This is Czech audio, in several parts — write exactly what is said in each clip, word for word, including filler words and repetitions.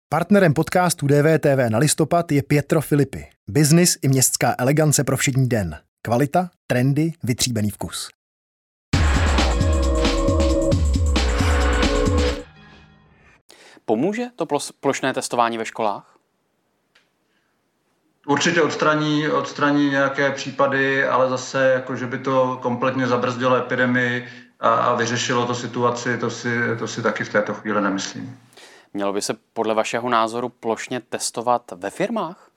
Partnerem podcastu D V T V na listopad je Pietro Filippi. Biznis i městská elegance pro všední den. Kvalita, trendy, vytříbený vkus. Pomůže to plošné testování ve školách? Určitě odstraní, odstraní nějaké případy, ale zase, jako, že by to kompletně zabrzdilo epidemii a, a vyřešilo to situaci, to si, to si taky v této chvíli nemyslím. Mělo by se podle vašeho názoru plošně testovat ve firmách?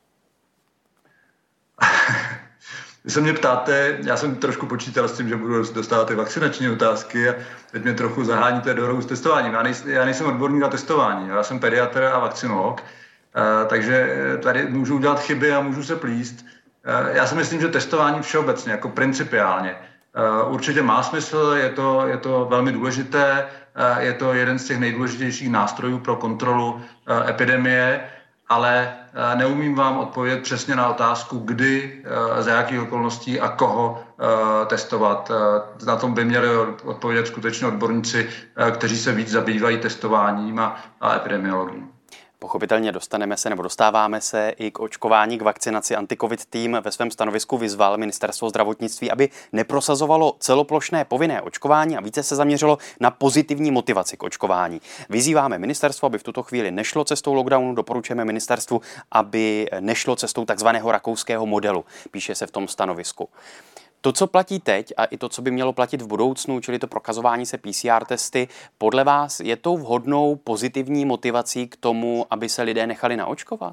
Vy se mě ptáte, já jsem trošku počítal s tím, že budu dostávat ty vakcinační otázky a teď mě trochu zaháníte do rohu s testováním. Já nejsem, já nejsem odborník na testování, já jsem pediatr a vakcinolog, takže tady můžu udělat chyby a můžu se plíst. Já si myslím, že testování všeobecně, jako principiálně, určitě má smysl, je to, je to velmi důležité, je to jeden z těch nejdůležitějších nástrojů pro kontrolu epidemie, ale neumím vám odpovědět přesně na otázku, kdy, za jakých okolností a koho testovat. Na tom by měli odpovědět skutečně odborníci, kteří se víc zabývají testováním a, a epidemiologií. Pochopitelně dostaneme se nebo dostáváme se i k očkování, k vakcinaci. Anti-Covid tým ve svém stanovisku vyzval Ministerstvo zdravotnictví, aby neprosazovalo celoplošné povinné očkování a více se zaměřilo na pozitivní motivaci k očkování. Vyzýváme ministerstvo, aby v tuto chvíli nešlo cestou lockdownu, doporučujeme ministerstvu, aby nešlo cestou takzvaného rakouského modelu, píše se v tom stanovisku. To, co platí teď a i to, co by mělo platit v budoucnu, čili to prokazování se P C R testy, podle vás je tou vhodnou pozitivní motivací k tomu, aby se lidé nechali naočkovat?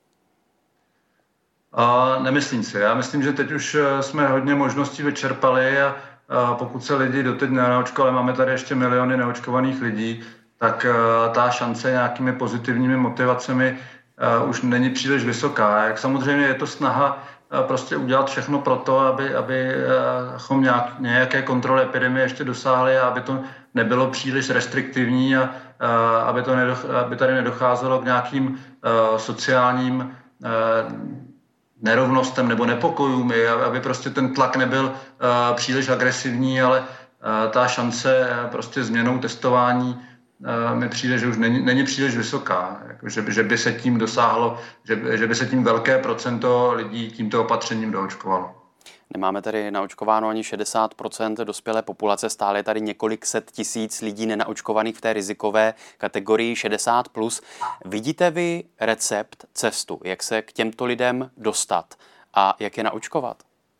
A nemyslím si. Já myslím, že teď už jsme hodně možností vyčerpali a pokud se lidi doteď nenaočkovali, máme tady ještě miliony neočkovaných lidí, tak ta šance nějakými pozitivními motivacemi už není příliš vysoká. Jak samozřejmě je to snaha prostě udělat všechno pro to, aby, abychom nějak, nějaké kontroly epidemie ještě dosáhli a aby to nebylo příliš restriktivní a, a aby, to nedoch, aby tady nedocházelo k nějakým uh, sociálním uh, nerovnostem nebo nepokojům, aby prostě ten tlak nebyl uh, příliš agresivní, ale uh, ta šance uh, prostě změnou testování mi přijde, že už není, není příliš vysoká, jako že, by, že by se tím dosáhlo, že, že by se tím velké procento lidí tímto opatřením doočkovalo. Nemáme tady naočkováno ani šedesát procent dospělé populace, stále je tady několik set tisíc lidí nenaočkovaných v té rizikové kategorii šedesát plus. Vidíte vy recept, cestu, jak se k těmto lidem dostat a jak je naočkovat?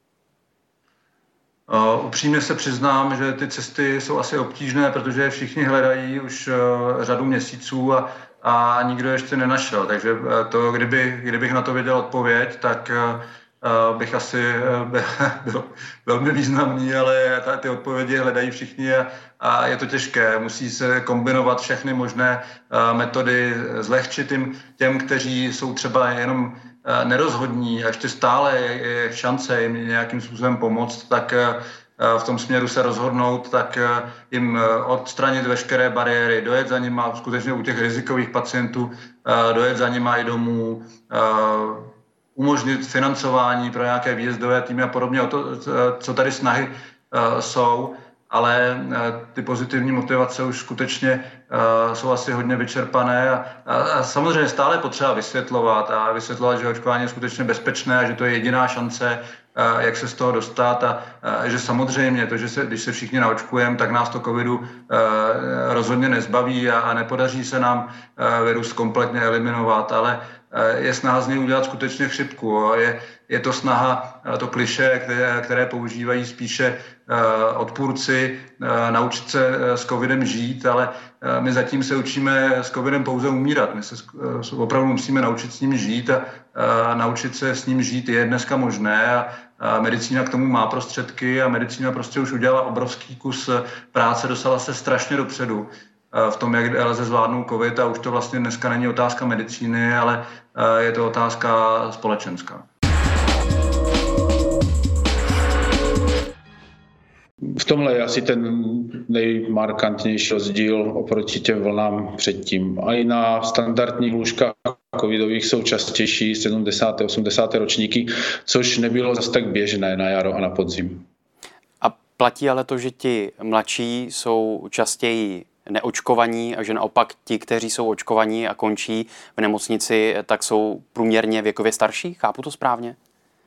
Uh, upřímně se přiznám, že ty cesty jsou asi obtížné, protože všichni hledají už uh, řadu měsíců a, a nikdo ještě nenašel. Takže uh, to, kdyby, kdybych na to věděl odpověď, tak uh, bych asi uh, byl, byl velmi významný, ale ta, ty odpovědi hledají všichni a, a je to těžké. Musí se kombinovat všechny možné uh, metody, zlehčit těm, těm, kteří jsou třeba jenom nerozhodní a ještě stále je šance jim nějakým způsobem pomoct, tak v tom směru se rozhodnout, tak jim odstranit veškeré bariéry, dojet za nima, skutečně u těch rizikových pacientů, dojet za nima i domů, umožnit financování pro nějaké výjezdové týmy a podobně, o to, co tady snahy jsou. Ale ty pozitivní motivace už skutečně uh, jsou asi hodně vyčerpané a, a, a samozřejmě stále je potřeba vysvětlovat a vysvětlovat, že očkování je skutečně bezpečné a že to je jediná šance, uh, jak se z toho dostat a, a že samozřejmě to, že se, když se všichni naočkujeme, tak nás to covidu uh, rozhodně nezbaví a, a nepodaří se nám uh, virus kompletně eliminovat, ale je snaha z něj udělat skutečně chřipku. Je, je to snaha, to klišé, které, které používají spíše odpůrci, naučit se s covidem žít, ale my zatím se učíme s covidem pouze umírat. My se opravdu musíme naučit s ním žít a, a naučit se s ním žít je dneska možné a, a medicína k tomu má prostředky a medicína prostě už udělala obrovský kus práce, dostala se strašně dopředu v tom, jak lze zvládnout covid a už to vlastně dneska není otázka medicíny, ale je to otázka společenská. V tomhle je asi ten nejmarkantnější rozdíl oproti těm vlnám předtím. A i na standardních lůžkách covidových jsou častější sedmdesátá osmdesátá ročníky, což nebylo zase tak běžné na jaro a na podzim. A platí ale to, že ti mladší jsou častěji neočkovaní a že naopak ti, kteří jsou očkovaní a končí v nemocnici, tak jsou průměrně věkově starší? Chápu to správně?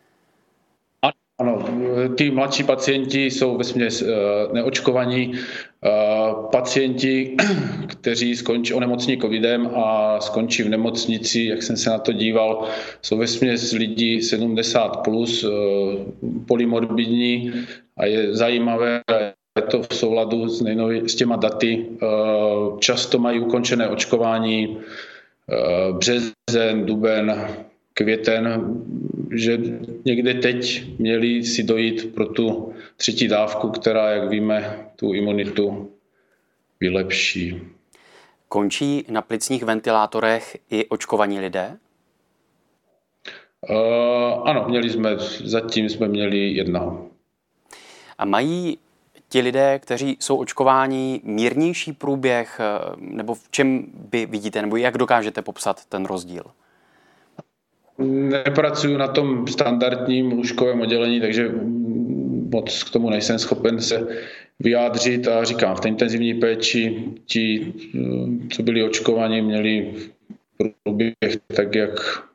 Ano, ty mladší pacienti jsou vesměs neočkovaní. Pacienti, kteří skončí onemocní covidem a skončí v nemocnici, jak jsem se na to díval, jsou vesměs lidí sedmdesát plus, polymorbidní a je zajímavé, je to v souladu s, nejnovi, s těma daty. Často mají ukončené očkování březen, duben, květen, že někde teď měli si dojít pro tu třetí dávku, která, jak víme, tu imunitu vylepší. Končí na plicních ventilátorech i očkovaní lidé? Uh, ano, měli jsme, zatím jsme měli jednoho. A mají ti lidé, kteří jsou očkováni, mírnější průběh, nebo v čem by vidíte, nebo jak dokážete popsat ten rozdíl? Nepracuju na tom standardním lůžkovém oddělení, takže moc k tomu nejsem schopen se vyjádřit a říkám, v té intenzivní péči ti, co byli očkovaní, měli průběh tak, jak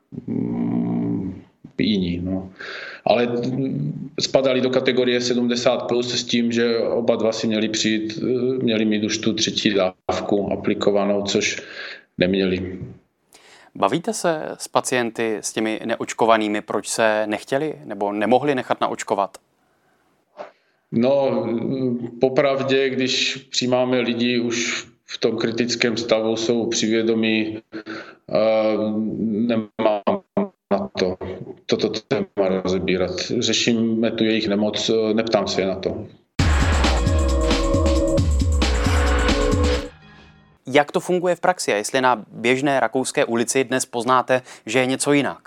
jiní. No. Ale spadali do kategorie sedmdesát plus s tím, že oba dva si měli přijít, měli mít už tu třetí dávku aplikovanou, což neměli. Bavíte se s pacienty, s těmi neočkovanými, proč se nechtěli nebo nemohli nechat naočkovat? No, popravdě, když přijímáme lidi už v tom kritickém stavu, jsou při vědomí, nemám na to, toto téma rozebírat. Řešíme tu jejich nemoc, neptám se je na to. Jak to funguje v praxi a jestli na běžné rakouské ulici dnes poznáte, že je něco jinak?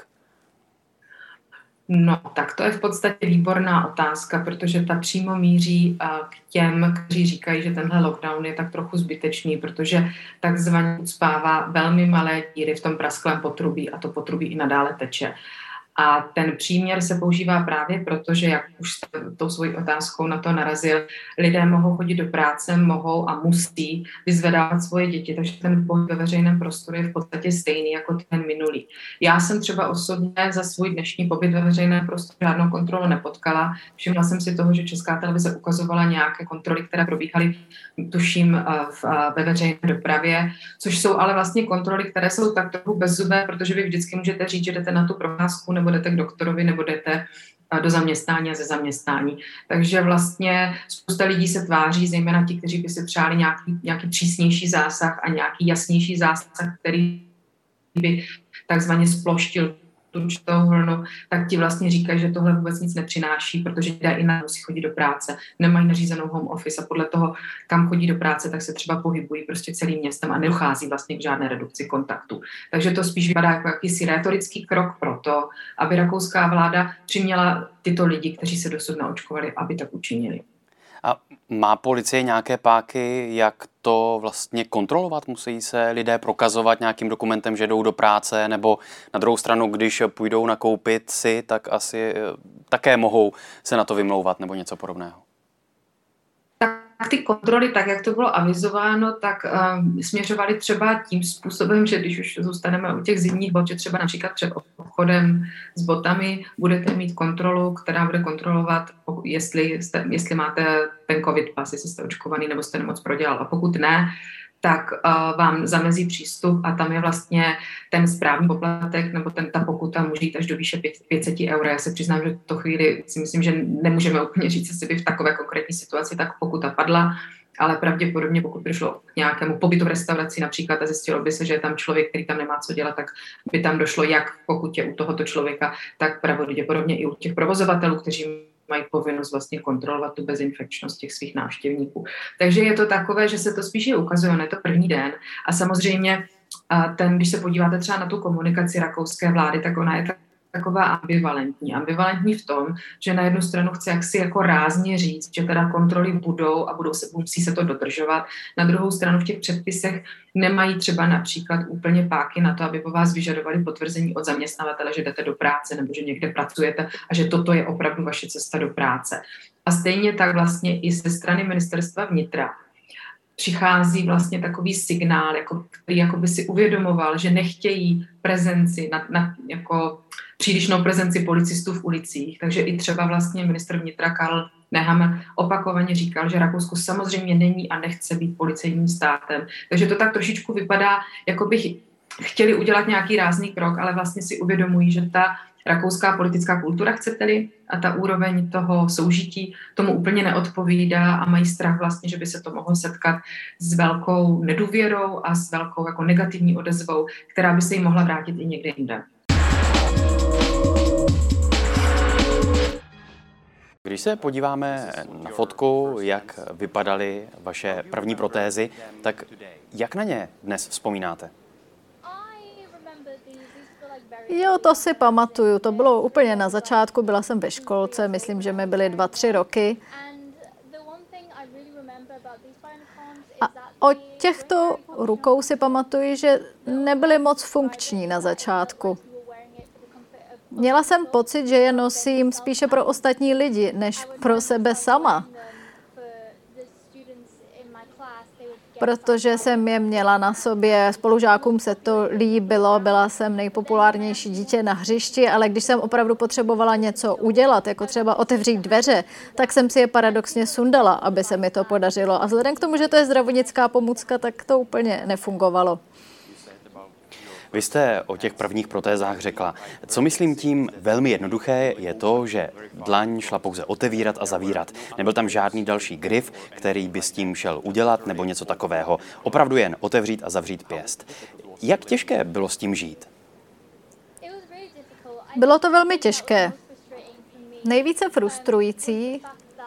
No, tak to je v podstatě výborná otázka, protože ta přímo míří k těm, kteří říkají, že tenhle lockdown je tak trochu zbytečný, protože takzvaně ucpává velmi malé díry v tom prasklém potrubí a to potrubí i nadále teče. A ten příměr se používá právě proto, že jak už tou svojí otázkou na to narazil, lidé mohou chodit do práce, mohou a musí vyzvedávat svoje děti, takže ten pohyb ve veřejném prostoru je v podstatě stejný jako ten minulý. Já jsem třeba osobně za svůj dnešní pobyt ve veřejném prostoru žádnou kontrolu nepotkala. Všimla jsem si toho, že Česká televize ukazovala nějaké kontroly, které probíhaly, tuším, v, ve veřejné dopravě, což jsou ale vlastně kontroly, které jsou tak trochu bezzubé, protože vy vždycky můžete říct, že jdete na tu procházku nebo jdete k doktorovi, nebo jdete do zaměstnání a ze zaměstnání. Takže vlastně spousta lidí se tváří, zejména ti, kteří by si přáli nějaký, nějaký přísnější zásah a nějaký jasnější zásah, který by takzvaně sploštil tu určitou vlnu, tak ti vlastně říkají, že tohle vůbec nic nepřináší, protože lidé i na musí chodit do práce, nemají nařízenou home office a podle toho, kam chodí do práce, tak se třeba pohybují prostě celým městem a nedochází vlastně k žádné redukci kontaktu. Takže to spíš vypadá jako jakýsi rétorický krok pro to, aby rakouská vláda přiměla tyto lidi, kteří se dosud naočkovali, aby tak učinili. A má policie nějaké páky, jak to vlastně kontrolovat? Musí se lidé prokazovat nějakým dokumentem, že jdou do práce, nebo na druhou stranu, když půjdou nakoupit si, tak asi také mohou se na to vymlouvat nebo něco podobného? Tak ty kontroly, tak jak to bylo avizováno, tak um, směřovaly třeba tím způsobem, že když už zůstaneme u těch zimních bot, že třeba například před obchodem s botami budete mít kontrolu, která bude kontrolovat, jestli, jste, jestli máte ten covid pas, jestli jste očkovaný nebo jste nemoc prodělal. A pokud ne, tak uh, vám zamezí přístup a tam je vlastně ten správní poplatek nebo ten, ta pokuta může jít až do výše pět set eur. Já se přiznám, že v to chvíli si myslím, že nemůžeme úplně říct, jestli by v takové konkrétní situaci tak pokuta padla, ale pravděpodobně pokud přišlo k nějakému pobytu v restauraci například a zjistilo by se, že je tam člověk, který tam nemá co dělat, tak by tam došlo jak pokud je u tohoto člověka, tak pravděpodobně i u těch provozovatelů, kteří mají povinnost vlastně kontrolovat tu bezinfekčnost těch svých návštěvníků. Takže je to takové, že se to spíše ukazuje, ne to první den. A samozřejmě ten, když se podíváte třeba na tu komunikaci rakouské vlády, tak ona je taková ambivalentní. Ambivalentní v tom, že na jednu stranu chce jaksi jako rázně říct, že teda kontroly budou a budou se, musí se to dodržovat. Na druhou stranu v těch předpisech nemají třeba například úplně páky na to, aby po vás vyžadovali potvrzení od zaměstnavatele, že jdete do práce nebo že někde pracujete a že toto je opravdu vaše cesta do práce. A stejně tak vlastně i ze strany ministerstva vnitra přichází vlastně takový signál, jako, který jako by si uvědomoval, že nechtějí prezenci, na, na, jako přílišnou prezenci policistů v ulicích. Takže i třeba vlastně ministr vnitra Karl Nehammer opakovaně říkal, že Rakousko samozřejmě není a nechce být policejním státem. Takže to tak trošičku vypadá, jako bych chtěli udělat nějaký rázný krok, ale vlastně si uvědomují, že ta rakouská politická kultura, chcete-li, a ta úroveň toho soužití tomu úplně neodpovídá a mají strach vlastně, že by se to mohlo setkat s velkou nedůvěrou a s velkou jako negativní odezvou, která by se jim mohla vrátit i někde jinde. Když se podíváme na fotku, jak vypadaly vaše první protézy, tak jak na ně dnes vzpomínáte? Jo, to si pamatuju. To bylo úplně na začátku, byla jsem ve školce, myslím, že mi byly dva, tři roky. A o těchto rukou si pamatuju, že nebyly moc funkční na začátku. Měla jsem pocit, že je nosím spíše pro ostatní lidi, než pro sebe sama. Protože jsem je měla na sobě, spolužákům se to líbilo, byla jsem nejpopulárnější dítě na hřišti, ale když jsem opravdu potřebovala něco udělat, jako třeba otevřít dveře, tak jsem si je paradoxně sundala, aby se mi to podařilo. A vzhledem k tomu, že to je zdravotnická pomůcka, tak to úplně nefungovalo. Vy jste o těch prvních protézách řekla. Co myslím tím velmi jednoduché, je to, že dlaň šla pouze otevírat a zavírat. Nebyl tam žádný další grif, který by s tím šel udělat, nebo něco takového. Opravdu jen otevřít a zavřít pěst. Jak těžké bylo s tím žít? Bylo to velmi těžké. Nejvíce frustrující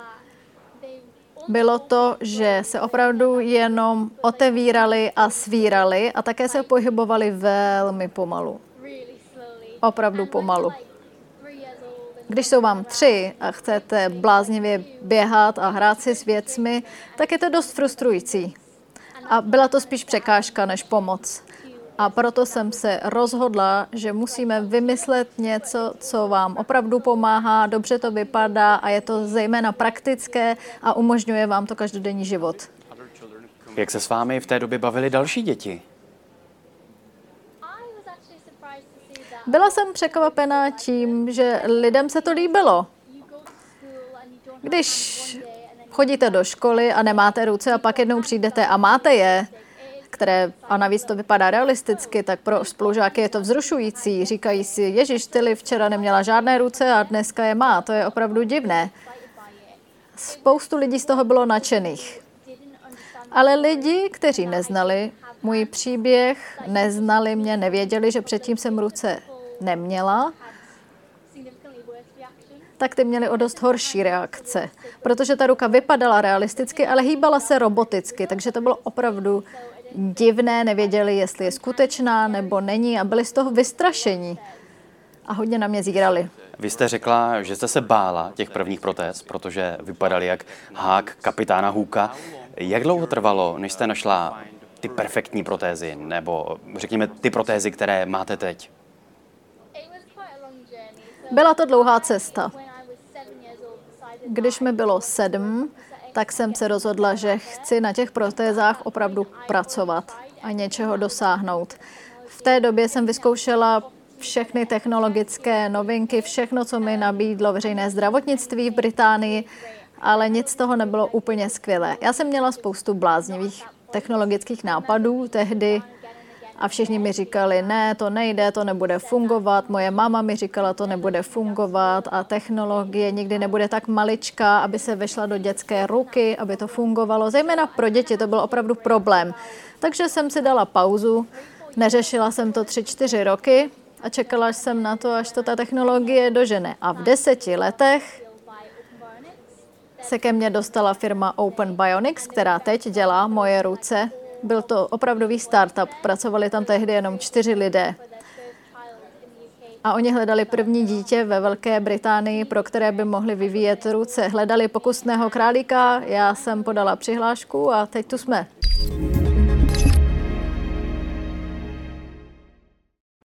bylo to, že se opravdu jenom otevírali a svírali a také se pohybovali velmi pomalu. Opravdu pomalu. Když jsou vám tři a chcete bláznivě běhat a hrát si s věcmi, tak je to dost frustrující. A byla to spíš překážka než pomoc. A proto jsem se rozhodla, že musíme vymyslet něco, co vám opravdu pomáhá, dobře to vypadá a je to zejména praktické a umožňuje vám to každodenní život. Jak se s vámi v té době bavili další děti? Byla jsem překvapená tím, že lidem se to líbilo. Když chodíte do školy a nemáte ruce a pak jednou přijdete a máte je, které, a navíc to vypadá realisticky, tak pro spolužáky je to vzrušující. Říkají si, ježiš, Tilly včera neměla žádné ruce a dneska je má. To je opravdu divné. Spoustu lidí z toho bylo nadšených. Ale lidi, kteří neznali můj příběh, neznali mě, nevěděli, že předtím jsem ruce neměla, tak ty měli o dost horší reakce. Protože ta ruka vypadala realisticky, ale hýbala se roboticky, takže to bylo opravdu divné, nevěděli, jestli je skutečná nebo není a byli z toho vystrašení a hodně na mě zírali. Vy jste řekla, že jste se bála těch prvních protéz, protože vypadaly jak hák kapitána Hooka. Jak dlouho trvalo, než jste našla ty perfektní protézy, nebo řekněme ty protézy, které máte teď? Byla to dlouhá cesta. Když mi bylo sedm, tak jsem se rozhodla, že chci na těch protézách opravdu pracovat a něčeho dosáhnout. V té době jsem vyzkoušela všechny technologické novinky, všechno, co mi nabídlo veřejné zdravotnictví v Británii, ale nic z toho nebylo úplně skvělé. Já jsem měla spoustu bláznivých technologických nápadů tehdy a všichni mi říkali, ne, to nejde, to nebude fungovat. Moje máma mi říkala, to nebude fungovat a technologie nikdy nebude tak maličká, aby se vešla do dětské ruky, aby to fungovalo. Zejména pro děti to byl opravdu problém. Takže jsem si dala pauzu, neřešila jsem to tři, čtyři roky a čekala jsem na to, až to ta technologie dožene. A v deseti letech se ke mně dostala firma Open Bionics, která teď dělá moje ruce. Byl to opravdový startup, pracovali tam tehdy jenom čtyři lidé. A oni hledali první dítě ve Velké Británii, pro které by mohli vyvíjet ruce. Hledali pokusného králíka, já jsem podala přihlášku a teď tu jsme.